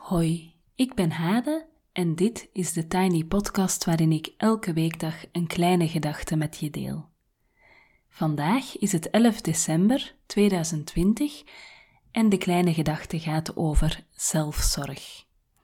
Hoi, ik ben Hade en dit is de Tiny Podcast waarin ik elke weekdag een kleine gedachte met je deel. Vandaag is het 11 december 2020 en de kleine gedachte gaat over zelfzorg.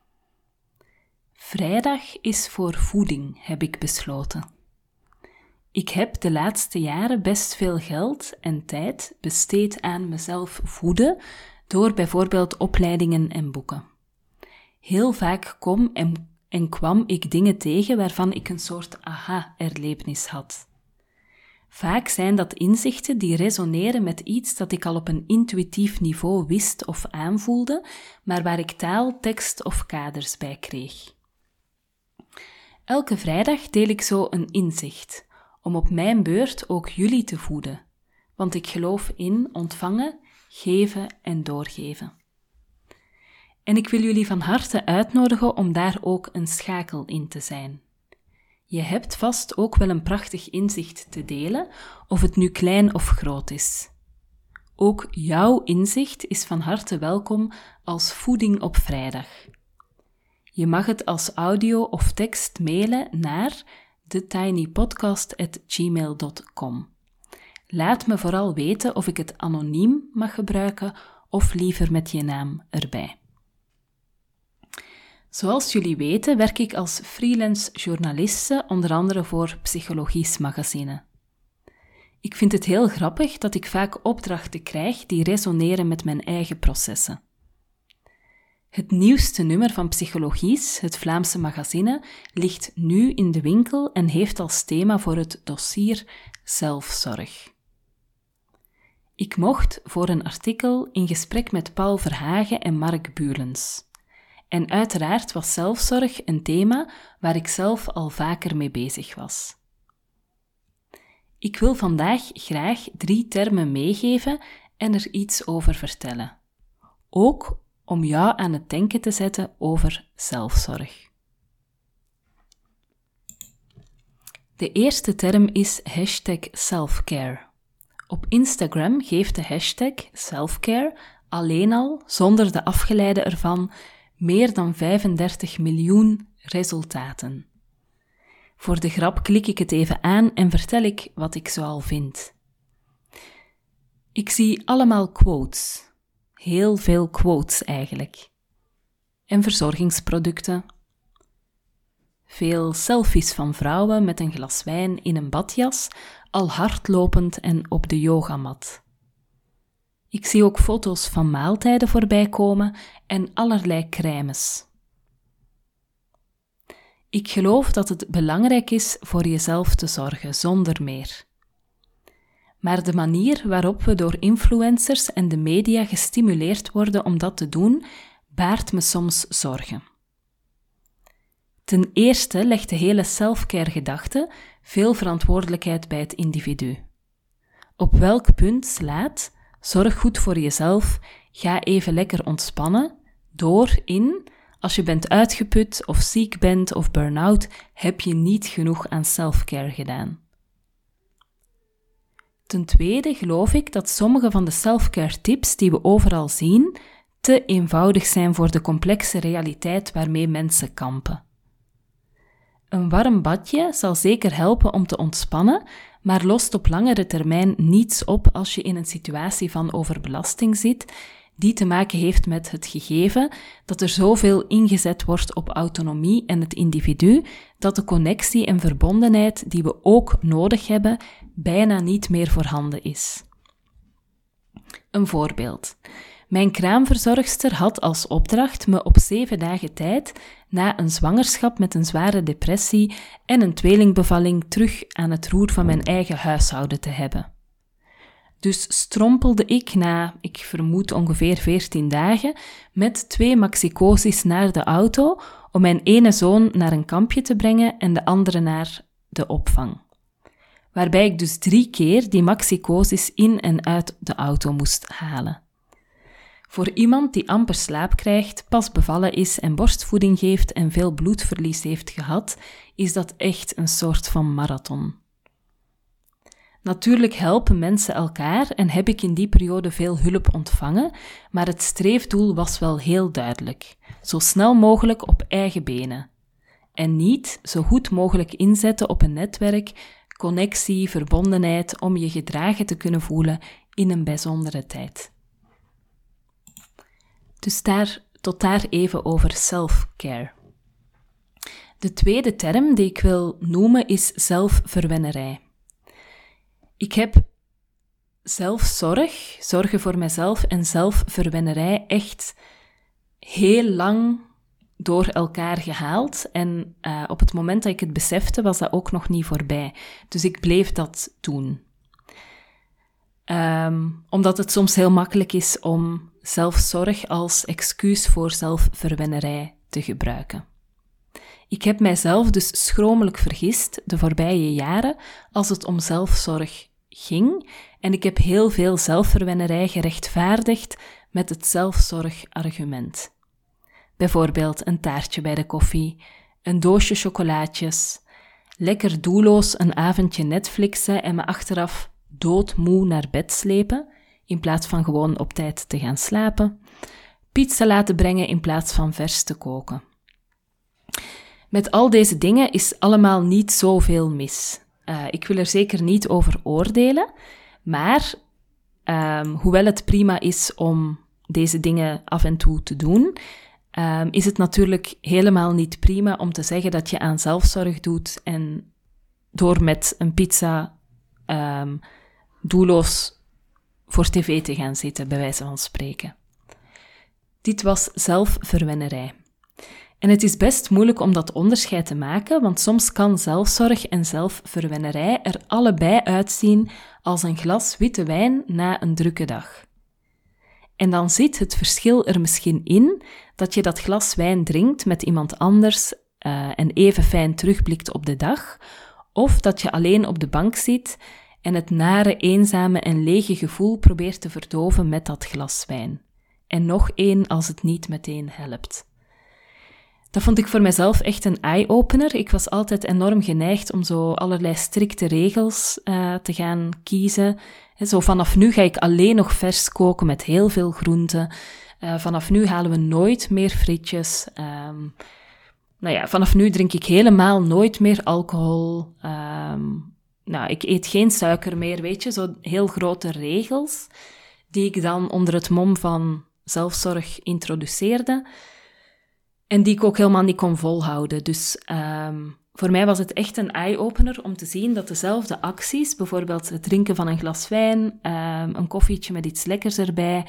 Vrijdag is voor voeding, heb ik besloten. Ik heb de laatste jaren best veel geld en tijd besteed aan mezelf voeden door bijvoorbeeld opleidingen en boeken. Heel vaak kwam ik dingen tegen waarvan ik een soort aha-erlevenis had. Vaak zijn dat inzichten die resoneren met iets dat ik al op een intuïtief niveau wist of aanvoelde, maar waar ik taal, tekst of kaders bij kreeg. Elke vrijdag deel ik zo een inzicht, om op mijn beurt ook jullie te voeden, want ik geloof in ontvangen, geven en doorgeven. En ik wil jullie van harte uitnodigen om daar ook een schakel in te zijn. Je hebt vast ook wel een prachtig inzicht te delen, of het nu klein of groot is. Ook jouw inzicht is van harte welkom als voeding op vrijdag. Je mag het als audio of tekst mailen naar thetinypodcast@gmail.com. Laat me vooral weten of ik het anoniem mag gebruiken of liever met je naam erbij. Zoals jullie weten werk ik als freelance journaliste, onder andere voor Psychologisch Magazine. Ik vind het heel grappig dat ik vaak opdrachten krijg die resoneren met mijn eigen processen. Het nieuwste nummer van Psychologisch, het Vlaamse magazine, ligt nu in de winkel en heeft als thema voor het dossier zelfzorg. Ik mocht voor een artikel in gesprek met Paul Verhagen en Mark Bulens. En uiteraard was zelfzorg een thema waar ik zelf al vaker mee bezig was. Ik wil vandaag graag 3 termen meegeven en er iets over vertellen. Ook om jou aan het denken te zetten over zelfzorg. De eerste term is #selfcare. Op Instagram geeft de hashtag selfcare alleen al, zonder de afgeleide ervan, meer dan 35 miljoen resultaten. Voor de grap klik ik het even aan en vertel ik wat ik zoal vind. Ik zie allemaal quotes. Heel veel quotes eigenlijk. En verzorgingsproducten. Veel selfies van vrouwen met een glas wijn in een badjas, al hardlopend en op de yogamat. Ik zie ook foto's van maaltijden voorbij komen en allerlei crèmes. Ik geloof dat het belangrijk is voor jezelf te zorgen, zonder meer. Maar de manier waarop we door influencers en de media gestimuleerd worden om dat te doen, baart me soms zorgen. Ten eerste legt de hele selfcare-gedachte veel verantwoordelijkheid bij het individu. Op welk punt slaat zorg goed voor jezelf, ga even lekker ontspannen, als je bent uitgeput of ziek bent of burn-out, heb je niet genoeg aan selfcare gedaan. Ten tweede geloof ik dat sommige van de selfcare tips die we overal zien, te eenvoudig zijn voor de complexe realiteit waarmee mensen kampen. Een warm badje zal zeker helpen om te ontspannen, maar lost op langere termijn niets op als je in een situatie van overbelasting zit, die te maken heeft met het gegeven dat er zoveel ingezet wordt op autonomie en het individu, dat de connectie en verbondenheid die we ook nodig hebben, bijna niet meer voorhanden is. Een voorbeeld. Mijn kraamverzorgster had als opdracht me op 7 dagen tijd, na een zwangerschap met een zware depressie en een tweelingbevalling, terug aan het roer van mijn eigen huishouden te hebben. Dus strompelde ik na, ik vermoed ongeveer 14 dagen, met 2 maxicosi's naar de auto om mijn ene zoon naar een kampje te brengen en de andere naar de opvang. Waarbij ik dus 3 keer die maxicosi's in en uit de auto moest halen. Voor iemand die amper slaap krijgt, pas bevallen is en borstvoeding geeft en veel bloedverlies heeft gehad, is dat echt een soort van marathon. Natuurlijk helpen mensen elkaar en heb ik in die periode veel hulp ontvangen, maar het streefdoel was wel heel duidelijk. Zo snel mogelijk op eigen benen. En niet zo goed mogelijk inzetten op een netwerk, connectie, verbondenheid om je gedragen te kunnen voelen in een bijzondere tijd. Dus tot daar even over self-care. De tweede term die ik wil noemen is zelfverwennerij. Ik heb zelfzorg, zorgen voor mezelf en zelfverwennerij echt heel lang door elkaar gehaald. En op het moment dat ik het besefte, was dat ook nog niet voorbij. Dus ik bleef dat doen. Omdat het soms heel makkelijk is om zelfzorg als excuus voor zelfverwennerij te gebruiken. Ik heb mijzelf dus schromelijk vergist de voorbije jaren als het om zelfzorg ging en ik heb heel veel zelfverwennerij gerechtvaardigd met het zelfzorgargument. Bijvoorbeeld een taartje bij de koffie, een doosje chocolaatjes, lekker doelloos een avondje Netflixen en me achteraf doodmoe naar bed slepen, in plaats van gewoon op tijd te gaan slapen, pizza laten brengen in plaats van vers te koken. Met al deze dingen is allemaal niet zoveel mis. Ik wil er zeker niet over oordelen, maar hoewel het prima is om deze dingen af en toe te doen, is het natuurlijk helemaal niet prima om te zeggen dat je aan zelfzorg doet en door met een pizza doelloos voor tv te gaan zitten, bij wijze van spreken. Dit was zelfverwennerij. En het is best moeilijk om dat onderscheid te maken, want soms kan zelfzorg en zelfverwennerij er allebei uitzien als een glas witte wijn na een drukke dag. En dan zit het verschil er misschien in dat je dat glas wijn drinkt met iemand anders en even fijn terugblikt op de dag, of dat je alleen op de bank zit en het nare, eenzame en lege gevoel probeert te verdoven met dat glas wijn. En nog één als het niet meteen helpt. Dat vond ik voor mezelf echt een eye-opener. Ik was altijd enorm geneigd om zo allerlei strikte regels te gaan kiezen. Zo vanaf nu ga ik alleen nog vers koken met heel veel groenten. Vanaf nu halen we nooit meer frietjes. Vanaf nu drink ik helemaal nooit meer alcohol. Ik eet geen suiker meer, weet je. Zo heel grote regels die ik dan onder het mom van zelfzorg introduceerde. En die ik ook helemaal niet kon volhouden. Dus voor mij was het echt een eye-opener om te zien dat dezelfde acties, bijvoorbeeld het drinken van een glas wijn, een koffietje met iets lekkers erbij,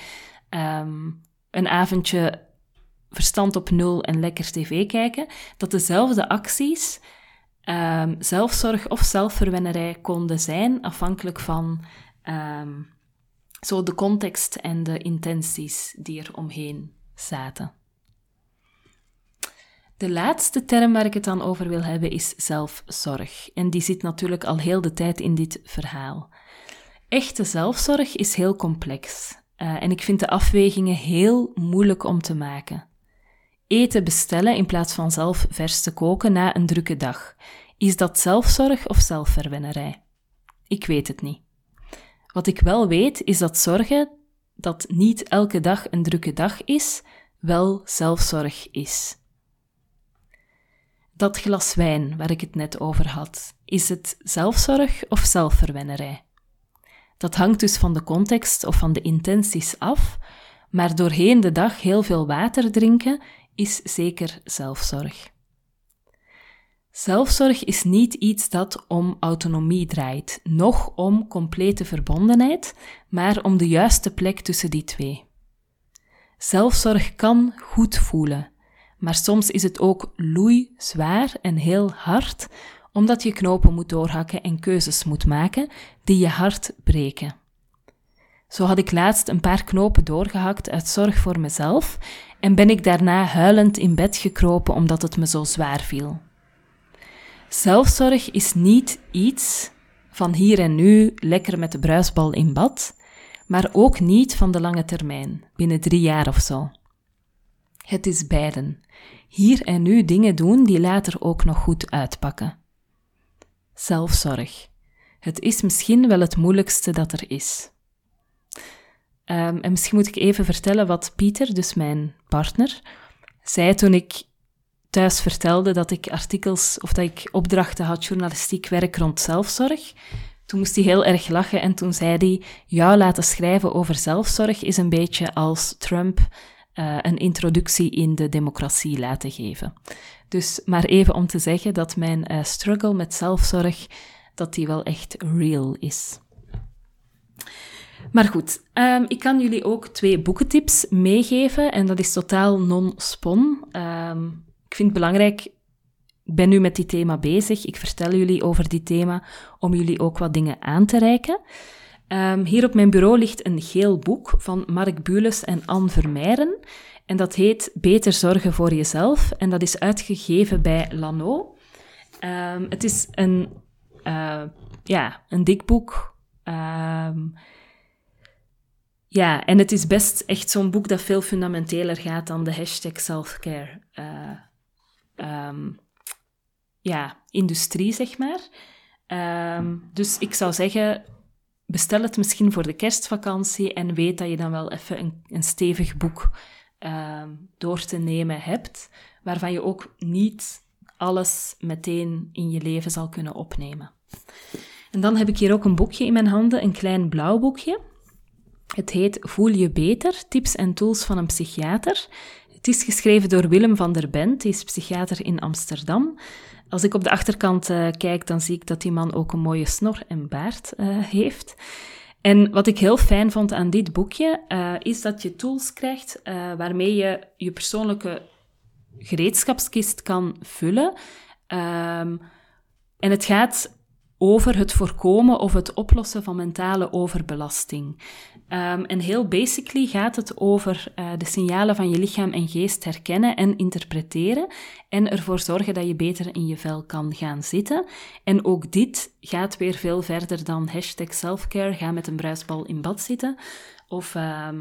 een avondje verstand op nul en lekker tv kijken, dat dezelfde acties zelfzorg of zelfverwennerij konden zijn, afhankelijk van zo de context en de intenties die er omheen zaten. De laatste term waar ik het dan over wil hebben is zelfzorg. En die zit natuurlijk al heel de tijd in dit verhaal. Echte zelfzorg is heel complex. En ik vind de afwegingen heel moeilijk om te maken. Eten bestellen in plaats van zelf vers te koken na een drukke dag. Is dat zelfzorg of zelfverwennerij? Ik weet het niet. Wat ik wel weet, is dat zorgen dat niet elke dag een drukke dag is, wel zelfzorg is. Dat glas wijn waar ik het net over had, is het zelfzorg of zelfverwennerij? Dat hangt dus van de context of van de intenties af, maar doorheen de dag heel veel water drinken is zeker zelfzorg. Zelfzorg is niet iets dat om autonomie draait, noch om complete verbondenheid, maar om de juiste plek tussen die twee. Zelfzorg kan goed voelen, maar soms is het ook loeizwaar en heel hard, omdat je knopen moet doorhakken en keuzes moet maken die je hart breken. Zo had ik laatst een paar knopen doorgehakt uit zorg voor mezelf en ben ik daarna huilend in bed gekropen omdat het me zo zwaar viel. Zelfzorg is niet iets van hier en nu lekker met de bruisbal in bad, maar ook niet van de lange termijn, binnen 3 jaar of zo. Het is beiden. Hier en nu dingen doen die later ook nog goed uitpakken. Zelfzorg. Het is misschien wel het moeilijkste dat er is. En misschien moet ik even vertellen wat Pieter, dus mijn partner, zei toen ik thuis vertelde dat ik artikels of dat ik opdrachten had, journalistiek werk rond zelfzorg. Toen moest hij heel erg lachen en toen zei hij, jou laten schrijven over zelfzorg is een beetje als Trump een introductie in de democratie laten geven. Dus maar even om te zeggen dat mijn struggle met zelfzorg, dat die wel echt real is. Maar goed, ik kan jullie ook 2 boekentips meegeven en dat is totaal non-spon. Ik vind het belangrijk, ik ben nu met dit thema bezig, ik vertel jullie over dit thema om jullie ook wat dingen aan te reiken. Hier op mijn bureau ligt een geel boek van Mark Bules en Anne Vermeijren en dat heet Beter zorgen voor jezelf en dat is uitgegeven bij Lano. Het is een dik boek. En het is best echt zo'n boek dat veel fundamenteler gaat dan de hashtag selfcare industrie, zeg maar. Dus ik zou zeggen, bestel het misschien voor de kerstvakantie en weet dat je dan wel even een stevig boek door te nemen hebt, waarvan je ook niet alles meteen in je leven zal kunnen opnemen. En dan heb ik hier ook een boekje in mijn handen, een klein blauw boekje. Het heet Voel je beter? Tips en tools van een psychiater. Het is geschreven door Willem van der Bent, die is psychiater in Amsterdam. Als ik op de achterkant kijk, dan zie ik dat die man ook een mooie snor en baard heeft. En wat ik heel fijn vond aan dit boekje, is dat je tools krijgt waarmee je je persoonlijke gereedschapskist kan vullen. En het gaat over het voorkomen of het oplossen van mentale overbelasting. En heel basically gaat het over de signalen van je lichaam en geest herkennen en interpreteren en ervoor zorgen dat je beter in je vel kan gaan zitten. En ook dit gaat weer veel verder dan hashtag selfcare, ga met een bruisbal in bad zitten. Of,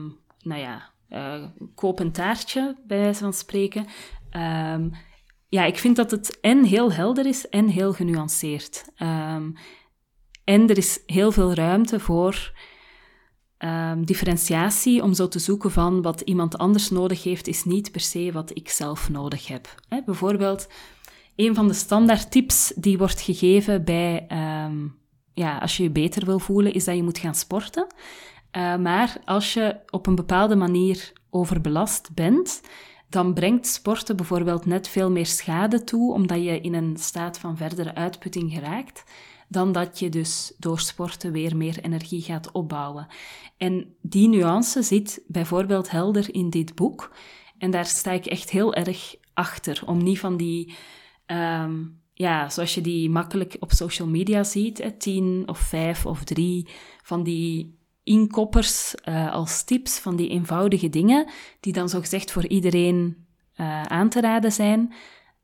koop een taartje, bij wijze van spreken. Ik vind dat het en heel helder is en heel genuanceerd. En er is heel veel ruimte voor differentiatie, om zo te zoeken van wat iemand anders nodig heeft, is niet per se wat ik zelf nodig heb. Bijvoorbeeld, een van de standaard tips die wordt gegeven bij, als je je beter wil voelen, is dat je moet gaan sporten. Maar als je op een bepaalde manier overbelast bent, dan brengt sporten bijvoorbeeld net veel meer schade toe, omdat je in een staat van verdere uitputting geraakt, dan dat je dus door sporten weer meer energie gaat opbouwen. En die nuance zit bijvoorbeeld helder in dit boek. En daar sta ik echt heel erg achter, om niet van die, zoals je die makkelijk op social media ziet, 10 of 5 of 3 van die inkoppers als tips, van die eenvoudige dingen, die dan zogezegd voor iedereen aan te raden zijn.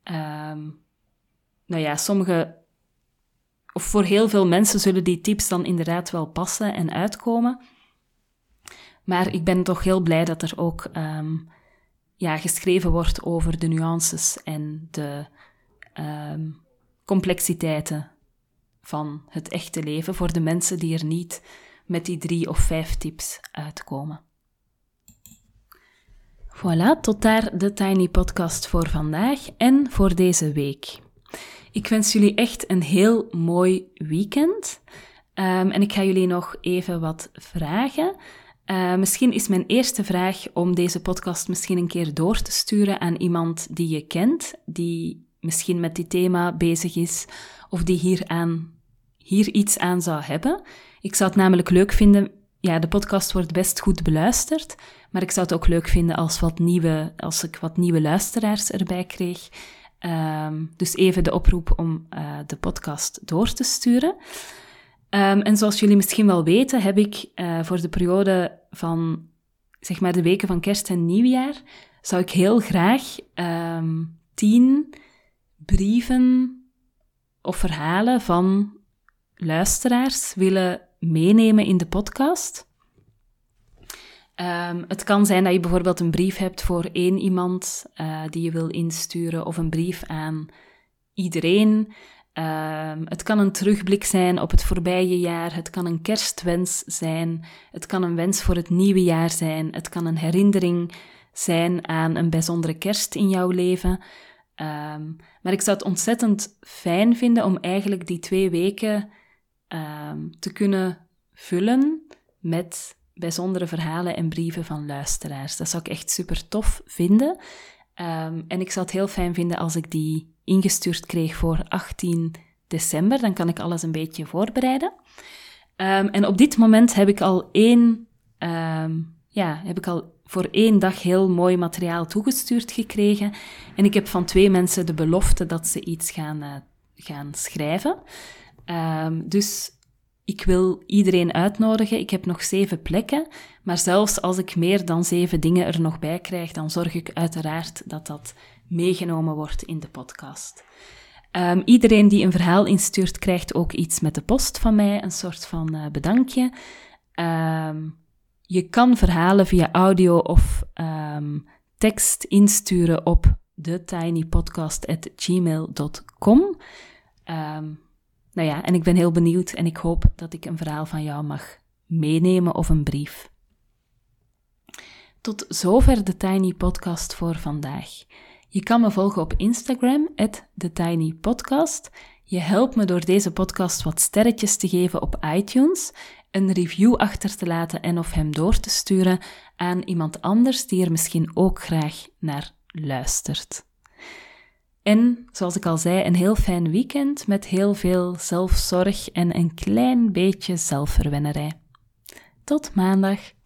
Voor heel veel mensen zullen die tips dan inderdaad wel passen en uitkomen. Maar ik ben toch heel blij dat er ook geschreven wordt over de nuances en de complexiteiten van het echte leven voor de mensen die er niet met die 3 of 5 tips uitkomen. Voilà, tot daar de Tiny Podcast voor vandaag en voor deze week. Ik wens jullie echt een heel mooi weekend. En ik ga jullie nog even wat vragen. Misschien is mijn eerste vraag om deze podcast misschien een keer door te sturen aan iemand die je kent, die misschien met dit thema bezig is of die hier iets aan zou hebben. Ik zou het namelijk leuk vinden, de podcast wordt best goed beluisterd, maar ik zou het ook leuk vinden als ik wat nieuwe luisteraars erbij kreeg. Dus even de oproep om de podcast door te sturen. En zoals jullie misschien wel weten, heb ik voor de periode van, zeg maar, de weken van kerst en nieuwjaar, zou ik heel graag 10 brieven of verhalen van luisteraars willen meenemen in de podcast. Het kan zijn dat je bijvoorbeeld een brief hebt voor 1 iemand die je wil insturen, of een brief aan iedereen. Het kan een terugblik zijn op het voorbije jaar. Het kan een kerstwens zijn. Het kan een wens voor het nieuwe jaar zijn. Het kan een herinnering zijn aan een bijzondere kerst in jouw leven. Maar ik zou het ontzettend fijn vinden om eigenlijk die 2 weken te kunnen vullen met bijzondere verhalen en brieven van luisteraars. Dat zou ik echt super tof vinden. En ik zou het heel fijn vinden als ik die ingestuurd kreeg voor 18 december. Dan kan ik alles een beetje voorbereiden. En op dit moment heb ik al voor 1 dag heel mooi materiaal toegestuurd gekregen. En ik heb van 2 mensen de belofte dat ze iets gaan schrijven. Dus ik wil iedereen uitnodigen. Ik heb nog 7 plekken. Maar zelfs als ik meer dan 7 dingen er nog bij krijg, dan zorg ik uiteraard dat dat meegenomen wordt in de podcast. Iedereen die een verhaal instuurt, krijgt ook iets met de post van mij. Een soort van bedankje. Je kan verhalen via audio of tekst insturen op thetinypodcast@gmail.com. En ik ben heel benieuwd en ik hoop dat ik een verhaal van jou mag meenemen of een brief. Tot zover de Tiny Podcast voor vandaag. Je kan me volgen op Instagram, @thetinypodcast. Je helpt me door deze podcast wat sterretjes te geven op iTunes, een review achter te laten en of hem door te sturen aan iemand anders die er misschien ook graag naar luistert. En, zoals ik al zei, een heel fijn weekend met heel veel zelfzorg en een klein beetje zelfverwennerij. Tot maandag.